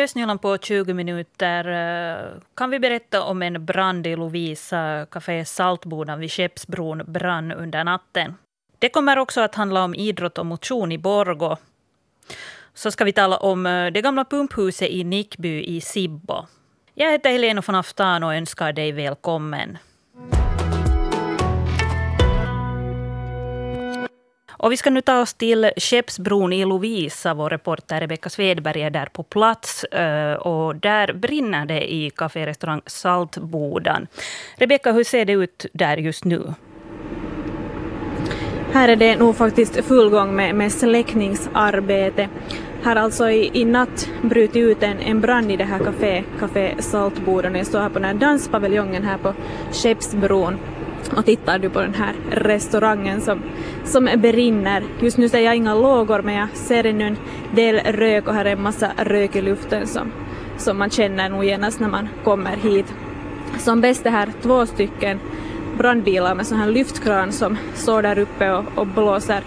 Nyhetsnylan på 20 minuter kan vi berätta om en brand i Lovisa café Saltbodan vid Skeppsbron brann under natten. Det kommer också att handla om idrott och motion i Borgå. Så ska vi tala om det gamla pumphuset i Nickby i Sibbo. Jag heter Helena von Aftan och önskar dig välkommen. Och vi ska nu ta oss till Skeppsbron i Lovisa. Vår reporter Rebecka Svedberg är där på plats och där brinner det i kaférestaurang Saltbodan. Rebecka, hur ser det ut där just nu? Här är det nog faktiskt full gång med släckningsarbete. Här alltså i natt brutit ut en brand i det här café Saltbodan. Jag står här på den här danspaviljongen här på Skeppsbron. Och tittar du på den här restaurangen som brinner. Just nu ser jag inga lågor, men jag ser en del rök och här är en massa rök i luften som man känner nog genast när man kommer hit. Som bäst är här 2 stycken brandbilar med sån här lyftkran som står där uppe och blåser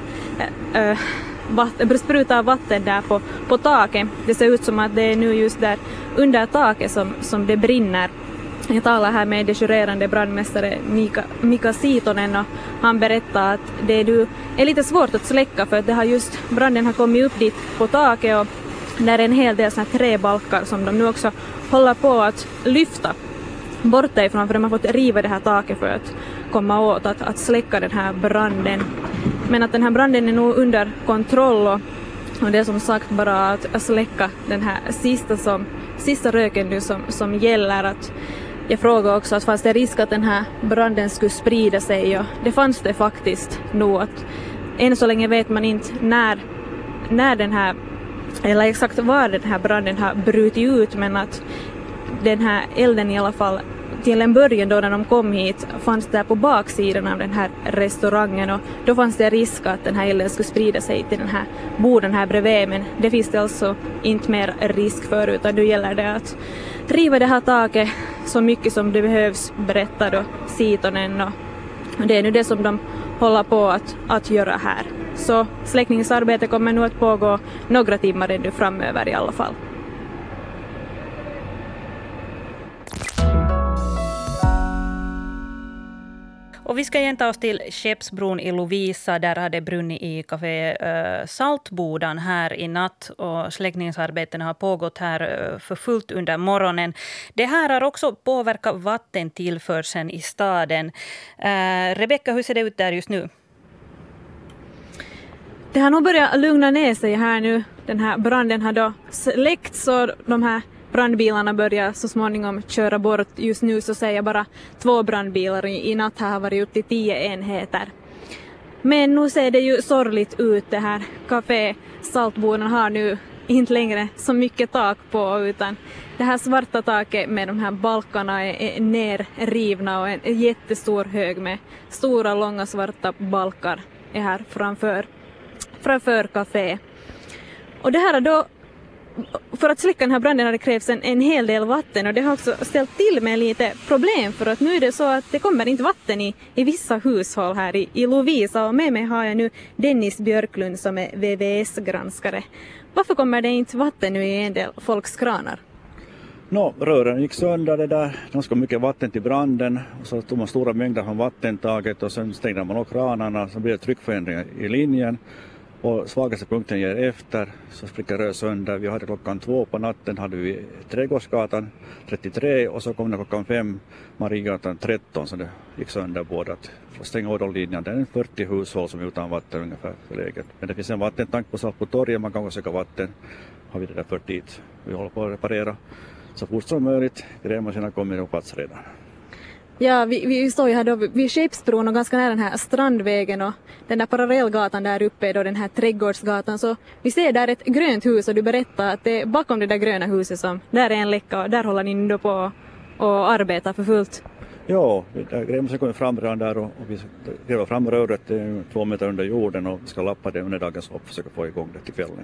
sprutar vatten där på taket. Det ser ut som att det är nu just där under taket som det brinner. Jag talar här med dekorerande brandmästare Mika Sitonen och han berättar att det är lite svårt att släcka för att branden har kommit upp dit på taket och där är en hel del såna träbalkar som de nu också håller på att lyfta bort ifrån för de har fått riva det här taket för att komma åt att släcka den här branden. Men att den här branden är nog under kontroll och det är som sagt bara att släcka den här sista röken nu som gäller. Att jag frågade också att fanns det risk att den här branden skulle sprida sig och det fanns det faktiskt nog. Att än så länge vet man inte när den här eller exakt var den här branden har brutit ut, men att den här elden i alla fall till en början då när de kom hit fanns där på baksidan av den här restaurangen och då fanns det risk att den här elden skulle sprida sig till den här borden här bredvid, men det finns det alltså inte mer risk för utan nu gäller det att riva det här taket så mycket som det behövs, berättar då Sitonen och det är nu det som de håller på att göra här. Så släckningsarbetet kommer nu att pågå några timmar ännu framöver i alla fall. Och vi ska igen ta oss till Skeppsbron i Lovisa. Där hade brunnit i café Saltbodan här i natt. Och släckningsarbetena har pågått här för fullt under morgonen. Det här har också påverkat vattentillförseln i staden. Rebecka, hur ser det ut där just nu? Det har nog börjat lugna ner sig här nu. Den här branden har då släckts och de här brandbilarna börjar så småningom köra bort. Just nu så säger jag bara 2 brandbilar. I natt har varit upp till 10 enheter. Men nu ser det ju sorgligt ut. Det här café Saltbodan har nu inte längre så mycket tak på, utan det här svarta taket med de här balkarna är nerrivna och en jättestor hög med stora långa svarta balkar är här framför café. Och det här är då, för att släcka den här branden har det krävts en hel del vatten och det har också ställt till med lite problem för att nu är det så att det kommer inte vatten i vissa hushåll här i Lovisa och med mig har jag nu Dennis Björklund som är VVS-granskare. Varför kommer det inte vatten nu i en del folks kranar? Rören gick sönder det där, ganska mycket vatten till branden och så tog man stora mängder från vattentaget och sen stängde man av kranarna så blev det tryckförändringar i linjen. Och svagaste punkten ger efter så spricker rör sönder. Vi hade klockan 2 på natten hade vi Trädgårdsgatan 33 och så kom det klockan 5 Mariegatan 13 så det gick sönder båda. Att stänga av linjen. Det är 40 hushåll som är utan vatten ungefär för läget. Men det finns en vattentank på Saltbotorget, man kan gå söka vatten. Har vi det där fört dit. Vi håller på att reparera så fort som möjligt. Grävmaskinerna kommer på plats redan. Ja, vi står ju här då vid Skeppsbron och ganska nära den här Strandvägen och den där parallellgatan där uppe då den här Trädgårdsgatan. Så vi ser där ett grönt hus och du berättar att det är bakom det där gröna huset som där är en läcka och där håller ni nu på och arbetar för fullt. Ja, grävmaskinen kommer fram redan där och vi gräver fram röret 2 meter under jorden och vi ska lappa det under dagens lopp och försöka få igång det till kvällen.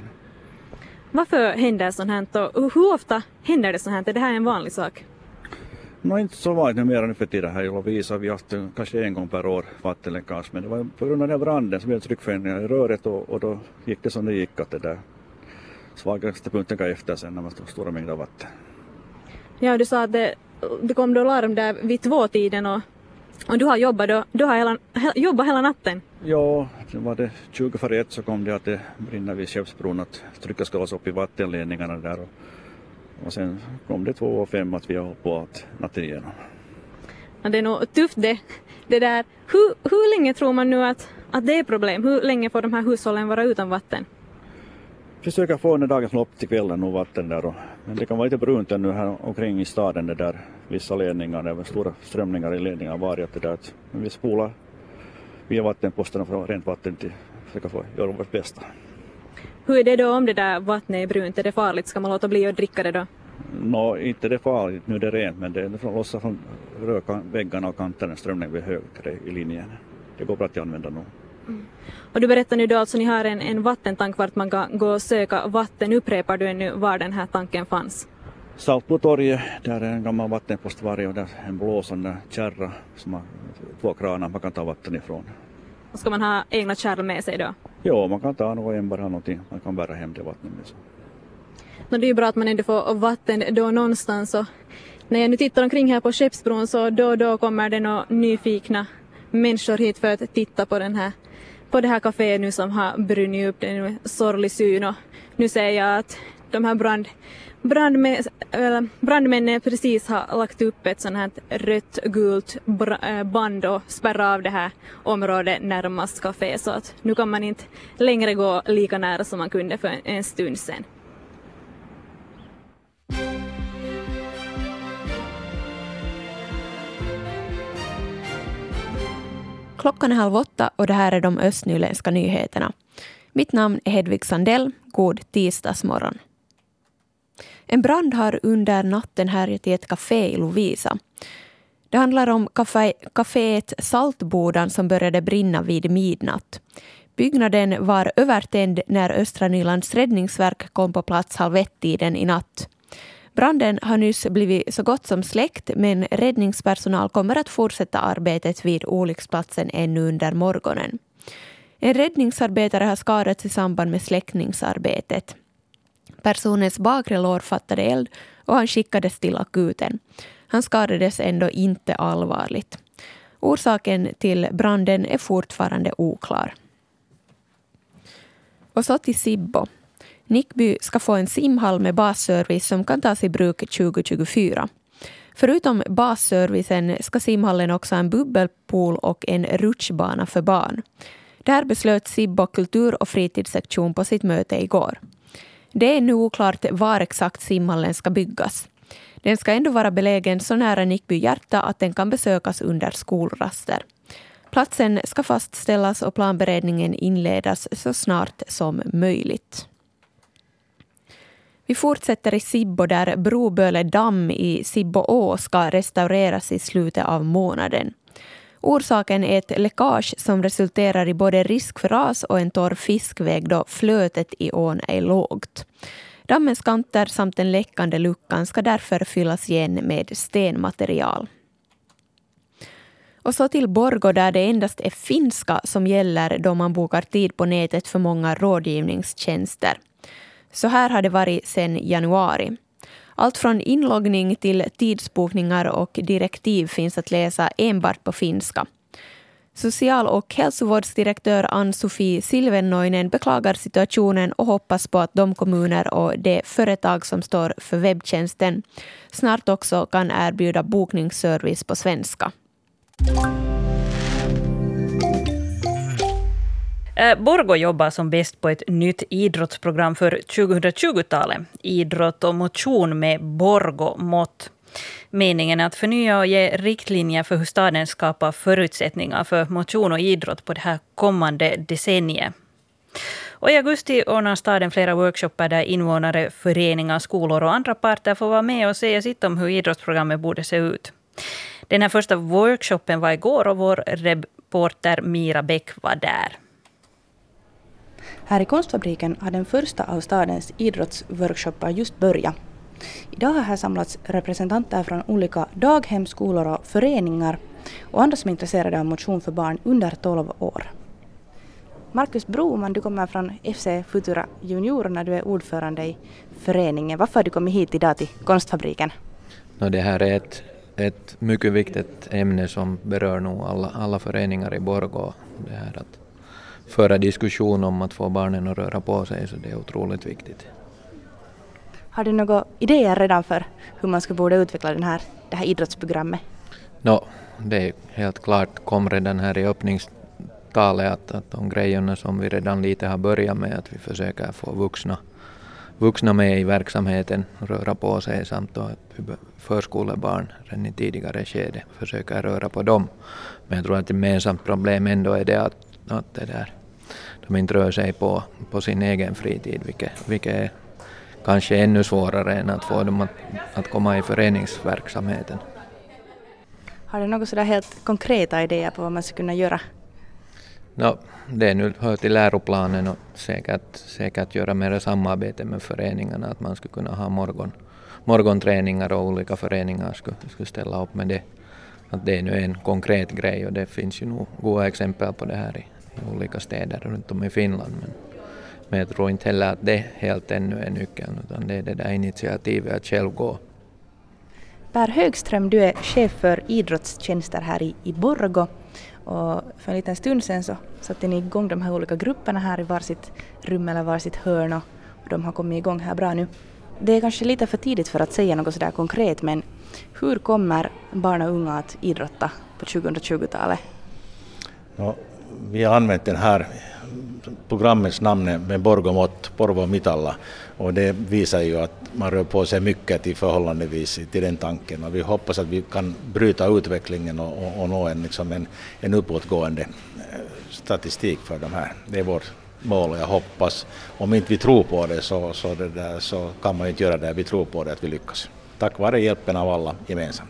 Varför händer sånt här och hur ofta händer det sånt här? Är det här en vanlig sak? Inte så vanligt mer nu för tiden här i Lovisa. Vi har haft kanske 1 gång per år vattenläckage. Men det var på grund av den här branden som blev tryckförändringar i röret och då gick det som det gick. Att det där. svagaste punkten kan efter sen när man får stora mängder vatten. Ja, du sa att det kom då larm där vid 2-tiden och du har jobbat hela natten. Ja, det var det 20:01 så kom det att det brinner vid Skeppsbron, att trycket ska upp i vattenledningarna där och sen kom det 2:05 att vi har hoppat natten igenom. Ja, det är nog tufft det där. Hur länge tror man nu att det är problem? Hur länge får de här hushållen vara utan vatten? Försöka få under dagens lopp till kvällen och vatten där. Men det kan vara lite brunt ännu här omkring i staden det där. Vissa ledningar, det är stora strömningar i ledningar varit det där. Men vi spolar via vattenposterna för rent vatten till försöka få göra vårt bästa. Hur är det då om det där vattnet är brunt? Är det farligt? Ska man låta bli att dricka det då? Inte det är farligt, nu är det rent, men det är lossa från väggarna och kanterna, strömningen blir högre i linjen. Det går bra att använda nu. Och du berättar nu då alltså ni har en vattentank vart man kan gå och söka vatten. Upprepar du ännu var den här tanken fanns? Saltbotorget, där är en gammal vattenpostvarg och där är en blåsande kärra som har 2 kranar man kan ta vatten ifrån. Och ska man ha egna kärl med sig då? Ja, man kan ta något enbart någonting, man kan bära hem det vattnet med sig. Det är ju bra att man ändå får vatten då någonstans. Och när jag nu tittar omkring här på Skeppsbron så då kommer det några nyfikna människor hit för att titta på det här kaféet nu som har brunnit upp. Det är en sorglig syn och nu ser jag att de här brandmännen precis har lagt upp ett sånt här rött-gult band och spärrar av det här området närmast kafé så att nu kan man inte längre gå lika nära som man kunde för en stund sedan. Klockan är 7:30 och det här är de östnyländska nyheterna. Mitt namn är Hedvig Sandell. God tisdagsmorgon. En brand har under natten härjat i ett café i Lovisa. Det handlar om kaféet Saltbodan som började brinna vid midnatt. Byggnaden var övertänd när Östra Nylands räddningsverk kom på plats 12:30 i natt. Branden har nyss blivit så gott som släckt men räddningspersonal kommer att fortsätta arbetet vid olycksplatsen ännu under morgonen. En räddningsarbetare har skadats i samband med släckningsarbetet. Personens bakre lår fattade eld och han skickades till akuten. Han skadades ändå inte allvarligt. Orsaken till branden är fortfarande oklar. Och så till Sibbo. Nickby ska få en simhall med basservice som kan tas i bruk 2024. Förutom basservicen ska simhallen också ha en bubbelpool och en rutschbana för barn. Det här beslöt Sibbo kultur- och fritidssektion på sitt möte igår. Det är nu oklart var exakt simhallen ska byggas. Den ska ändå vara belägen så nära Nickby hjärta att den kan besökas under skolraster. Platsen ska fastställas och planberedningen inledas så snart som möjligt. Vi fortsätter i Sibbo där Broböle damm i Sibbo-å ska restaureras i slutet av månaden. Orsaken är ett läckage som resulterar i både risk för ras och en torr fiskväg då flötet i ån är lågt. Dammens kanter samt den läckande luckan ska därför fyllas igen med stenmaterial. Och så till Borgå där det endast är finska som gäller då man bokar tid på nätet för många rådgivningstjänster. Så här har det varit sedan januari. Allt från inloggning till tidsbokningar och direktiv finns att läsa enbart på finska. Social- och hälsovårdsdirektör Ann-Sofie Silvennoinen beklagar situationen och hoppas på att de kommuner och de företag som står för webbtjänsten snart också kan erbjuda bokningsservice på svenska. Borgå jobbar som bäst på ett nytt idrottsprogram för 2020-talet. Idrott och motion med Borgå-mått. Meningen är att förnya och ge riktlinjer för hur staden skapar förutsättningar för motion och idrott på det här kommande decenniet. Och i augusti ordnar staden flera workshopper där invånare, föreningar, skolor och andra parter får vara med och säga sitt om hur idrottsprogrammet borde se ut. Den här första workshopen var igår och vår reporter Mira Bäck var där. Här i Konstfabriken har den första av stadens idrottsworkshoppar just börjat. Idag har här samlats representanter från olika daghem, skolor och föreningar och andra som är intresserade av motion för barn under 12 år. Marcus Broman, du kommer från FC Futura Juniorerna, du är ordförande i föreningen. Varför har du kommit hit idag till Konstfabriken? Det här är ett mycket viktigt ämne som berör nog alla föreningar i Borgå. Det här att föra diskussion om att få barnen att röra på sig, så det är otroligt viktigt. Har du några idéer redan för hur man ska borde utveckla det här idrottsprogrammet? Det är helt klart, kom redan här i öppningstalet att de grejerna som vi redan lite har börjat med, att vi försöker få vuxna med i verksamheten, röra på sig, samt att förskolebarn redan i tidigare skede försöker röra på dem. Men jag tror att ett gemensamt problem ändå är det att de inte rör sig på sin egen fritid, vilket är kanske ännu svårare än att få dem att komma i föreningsverksamheten. Har du några sådär helt konkreta idéer på vad man ska kunna göra? Det är nu hör till läroplanen och säkert göra mer samarbete med föreningarna, att man skulle kunna ha morgonträningar och olika föreningar skulle ställa upp med det. Att det är nu en konkret grej, och det finns ju nog goda exempel på det här i olika städer runt om i Finland. Men jag tror inte heller att det helt ännu är nyckeln, utan det är det där initiativet att själv gå. Per Högström, du är chef för idrottstjänster här i Borgå. Och för en liten stund sedan så satte ni igång de här olika grupperna här i varsitt rum eller varsitt hörn, och de har kommit igång här bra nu. Det är kanske lite för tidigt för att säga något sådär konkret, men hur kommer barn och unga att idrotta på 2020-talet? Vi har använt den här programmets namn med Borgåmått, Porvoo mitalla, och det visar ju att man rör på sig mycket i förhållandevis till den tanken, och vi hoppas att vi kan bryta utvecklingen och nå en uppåtgående statistik för de här. Det är vårt mål, och jag hoppas, om inte vi tror på det så kan man inte göra det. Vi tror på det att vi lyckas. Tack vare hjälpen av alla gemensamt.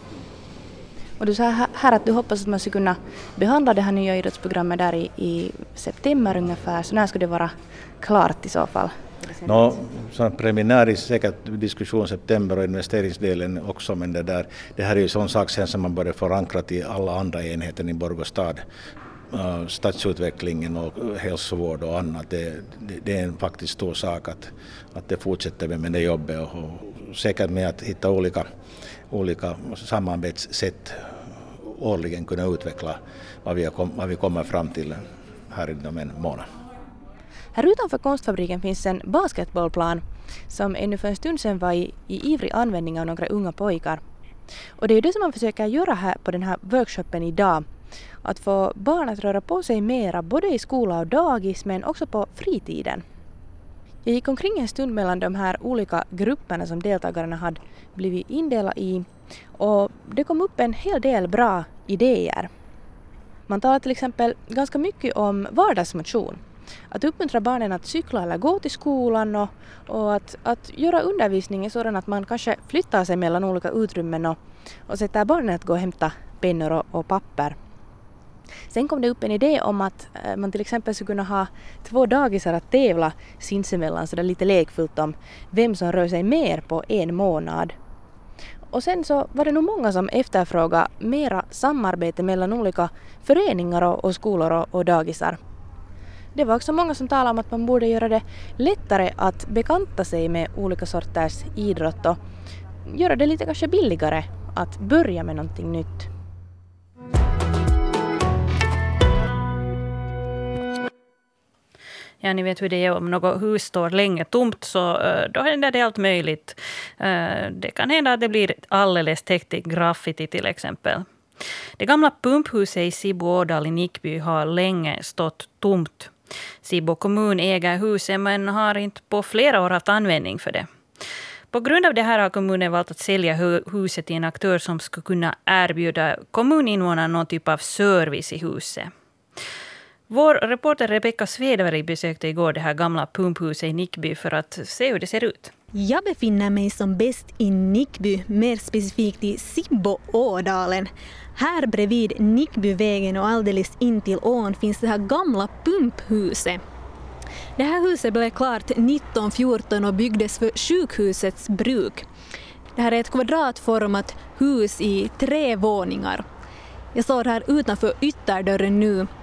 Och du sa här att du hoppas att man ska kunna behandla det här nya idrottsprogrammet där i september ungefär. Så när ska det vara klart i så fall? Preliminär säkert diskussion september och investeringsdelen också, men det här är ju sån sak sen som man börjar förankra till alla andra enheter i Borgå stad. Stadsutvecklingen och hälsovård och annat, det är en faktiskt stor sak att det fortsätter med det jobbet, och säkert med att hitta olika samarbetssätt årligen kunna utveckla vad vi kommer fram till här inom en månad. Här utanför Konstfabriken finns en basketbollplan som ännu för en stund sedan var i ivrig användning av några unga pojkar. Och det är det som man försöker göra här på den här workshopen idag. Att få barn att röra på sig mera både i skola och dagis, men också på fritiden. Jag gick omkring en stund mellan de här olika grupperna som deltagarna hade blivit indelade i, och det kom upp en hel del bra idéer. Man talar till exempel ganska mycket om vardagsmotion. Att uppmuntra barnen att cykla eller gå till skolan, och att göra undervisningen sådan att man kanske flyttar sig mellan olika utrymmen och sätter barnen att gå och hämta pennor och papper. Sen kom det upp en idé om att man till exempel skulle kunna ha 2 dagisar att tävla sinsemellan, så det är lite lekfullt om vem som rör sig mer på en månad. Och sen så var det nog många som efterfrågade mera samarbete mellan olika föreningar och skolor och dagisar. Det var också många som talade om att man borde göra det lättare att bekanta sig med olika sorters idrott och göra det lite kanske billigare att börja med någonting nytt. Ja, ni vet hur det är om något hus står länge tomt, så då händer det allt möjligt. Det kan hända att det blir alldeles täckt i graffiti till exempel. Det gamla pumphuset i Sibbo-Ådal i Nickby har länge stått tomt. Sibbo kommun äger huset men har inte på flera år haft användning för det. På grund av det här har kommunen valt att sälja huset till en aktör som ska kunna erbjuda kommuninvånarna någon typ av service i huset. Vår reporter Rebecka Svedberg besökte igår det här gamla pumphuset i Nickby för att se hur det ser ut. Jag befinner mig som bäst i Nickby, mer specifikt i Sibbo-Ådalen. Här bredvid Nickbyvägen och alldeles in till ån finns det här gamla pumphuset. Det här huset blev klart 1914 och byggdes för sjukhusets bruk. Det här är ett kvadratformat hus i 3 våningar. Jag står här utanför ytterdörren nu.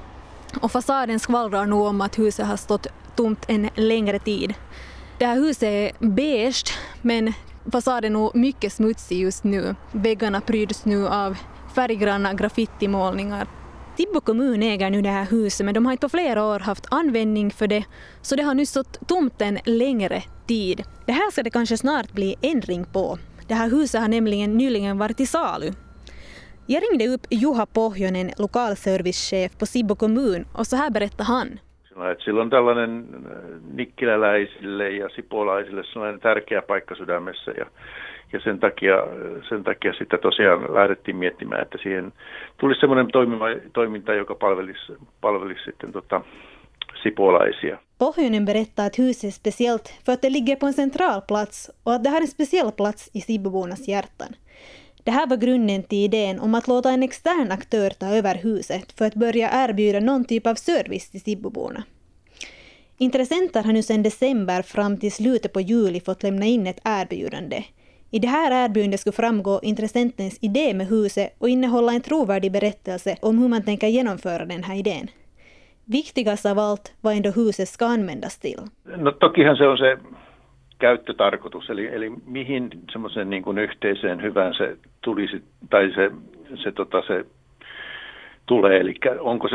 Och fasaden skvallrar nog om att huset har stått tomt en längre tid. Det här huset är beige, men fasaden är nog mycket smutsig just nu. Väggarna pryds nu av färggranna graffitimålningar. Sibbo kommun äger nu det här huset, men de har inte på flera år haft användning för det, så det har nu stått tomt en längre tid. Det här ska det kanske snart bli ändring på. Det här huset har nämligen nyligen varit i salu. Jag ringde upp Juha Pohjonen, lokalservicechef på Sibbo kommun, och så här berättar han. Sillä on tällainen nikkiläläisille ja sipolaisille sellainen tärkeä paikka sydämessä ja sen takia sitten tosiaan lähdettiin miettimään, että siihen tulisi semmoinen toiminta, joka palvelisi sitten sipolaisia. Pohjonen berättar att huset är speciellt för att det ligger på en central plats och att det har en speciell plats i Sibbobornas hjärtan. Det här var grunden till idén om att låta en extern aktör ta över huset för att börja erbjuda någon typ av service till Sibboborna. Intressenter har nu sedan december fram till slutet på juli fått lämna in ett erbjudande. I det här erbjudandet skulle framgå intressentens idé med huset och innehålla en trovärdig berättelse om hur man tänker genomföra den här idén. Viktigast av allt vad ändå huset ska användas till. No tokihan se on se käyttötarkoitus, eli mihin semmoisen niin kuin yhteiseen hyvään se tulisi, tai se tulee, eli onko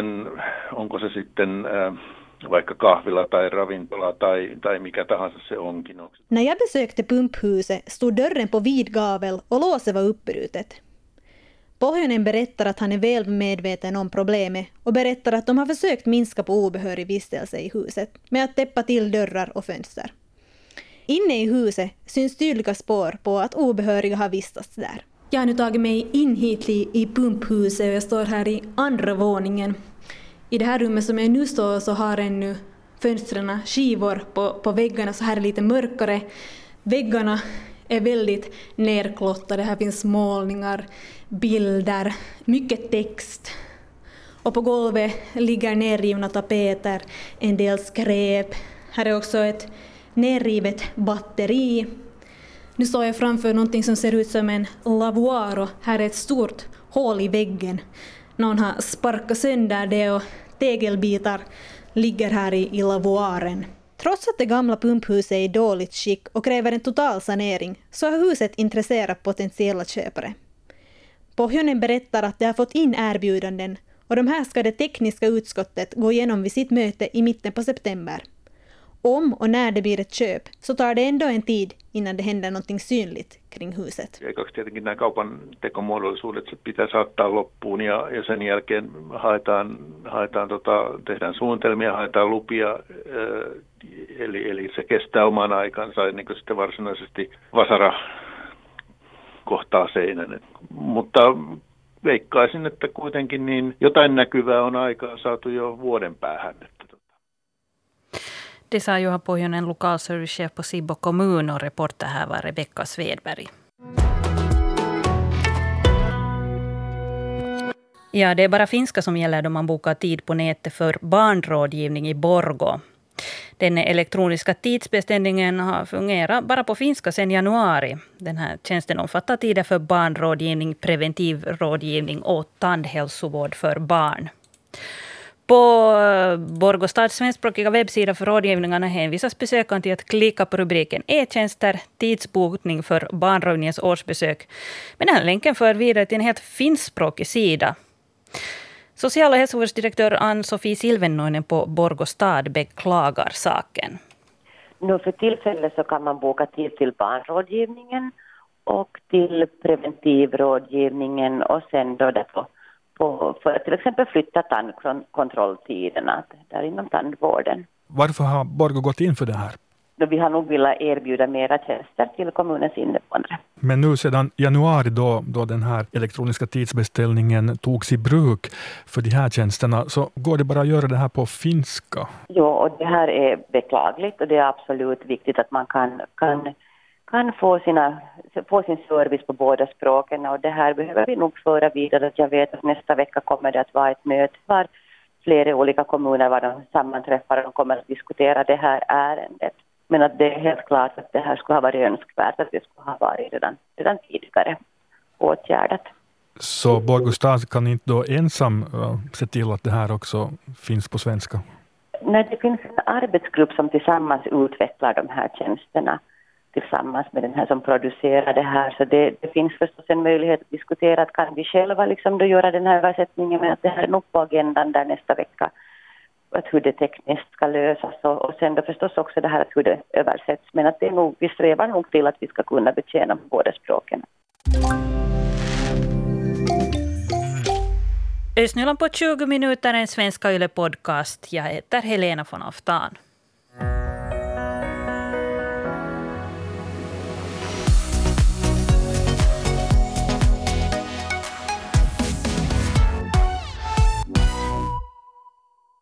se sitten vaikka kahvila tai ravintola tai mikä tahansa se onkin. När jag besökte pumphuset stod dörren på vid gavel och låset var uppbrutet. Pohjonen berättar att han är väl medveten om problemet och berättar att de har försökt minska på obehörig vistelse i huset med att täppa till dörrar och fönster. Inne i huset syns tydliga spår på att obehöriga har vistats där. Jag har nu tagit mig in hit i pumphuset och jag står här i andra våningen. I det här rummet som jag nu står så har ännu fönstren skivor på väggarna, så här är lite mörkare. Väggarna är väldigt nerklottade, här finns målningar, bilder, mycket text. Och på golvet ligger nerrivna tapeter, en del skräp. Här är också ett nerrivet batteri. Nu står jag framför någonting som ser ut som en lavoir och här är ett stort hål i väggen. Någon har sparkat sönder det och tegelbitar ligger här i lavoaren. Trots att det gamla pumphuset är i dåligt skick och kräver en total sanering så har huset intresserat potentiella köpare. Pohjonen berättar att de har fått in erbjudanden och de här ska det tekniska utskottet gå igenom vid sitt möte i mitten på september. Om och när det blir ett köp så tar det ändå en tid innan det händer någonting synligt kring huset. Ekaksi tietenkin nämä kaupan tekomuodollisuudet pitää saattaa loppuun ja sen jälkeen tehdään suunnitelmia, haetaan lupia, eli se kestää oman aikansa ennen kuin sitten varsinaisesti vasara kohtaa seinän. Mutta veikkaisin, että kuitenkin niin jotain näkyvää on aikaan saatu jo vuoden päähän. Det sa Juha Pohjonen, lokalservicechef på Sibbo kommun, och reporter här var Rebecka Svedberg. Ja, det är bara finska som gäller då man bokar tid på nätet för barnrådgivning i Borgå. Den elektroniska tidsbeställningen har fungerat bara på finska sedan januari. Den här tjänsten omfattar tider för barnrådgivning, preventiv rådgivning och tandhälsovård för barn. På Borgå stads svenskspråkiga webbsida för rådgivningarna hänvisas besökaren till att klicka på rubriken e-tjänster, tidsbokning för barnrådgivningens årsbesök. Men den här länken för vidare till en helt finskspråkig sida. Social- och hälsovårdsdirektör Ann-Sofie Silvennoinen på Borgå stad beklagar saken. Nu för tillfället så kan man boka tid till barnrådgivningen och till preventivrådgivningen och sen då det för att till exempel flytta tandkontrolltiderna där inom tandvården. Varför har Borgå gått in för det här? Vi har nog velat erbjuda mera tjänster till kommunens invånare. Men nu sedan januari då den här elektroniska tidsbeställningen togs i bruk för de här tjänsterna, så går det bara att göra det här på finska? Ja, och det här är beklagligt och det är absolut viktigt att man kan få sin service på båda språken, och det här behöver vi nog föra vidare. Jag vet att nästa vecka kommer det att vara ett möte var flera olika kommuner var de sammanträffar och kommer att diskutera det här ärendet. Men att det är helt klart att det här skulle ha varit önskvärt att det skulle ha varit redan tidigare åtgärdat. Så Borgostad kan inte då ensam se till att det här också finns på svenska? Nej, det finns en arbetsgrupp som tillsammans utvecklar de här tjänsterna tillsammans med den här som producerar det här. Så det finns förstås en möjlighet att diskutera att kan vi själva liksom då göra den här översättningen, men att det här är nog på agendan där nästa vecka, att hur det tekniskt ska lösas och sen då förstås också det här att hur det översätts. Men att det är nog, vi strävar nog till att vi ska kunna betjäna båda språken. Östnyland på 20 minuter, en svenska Yle-podcast. Jag heter Helena von Aftan.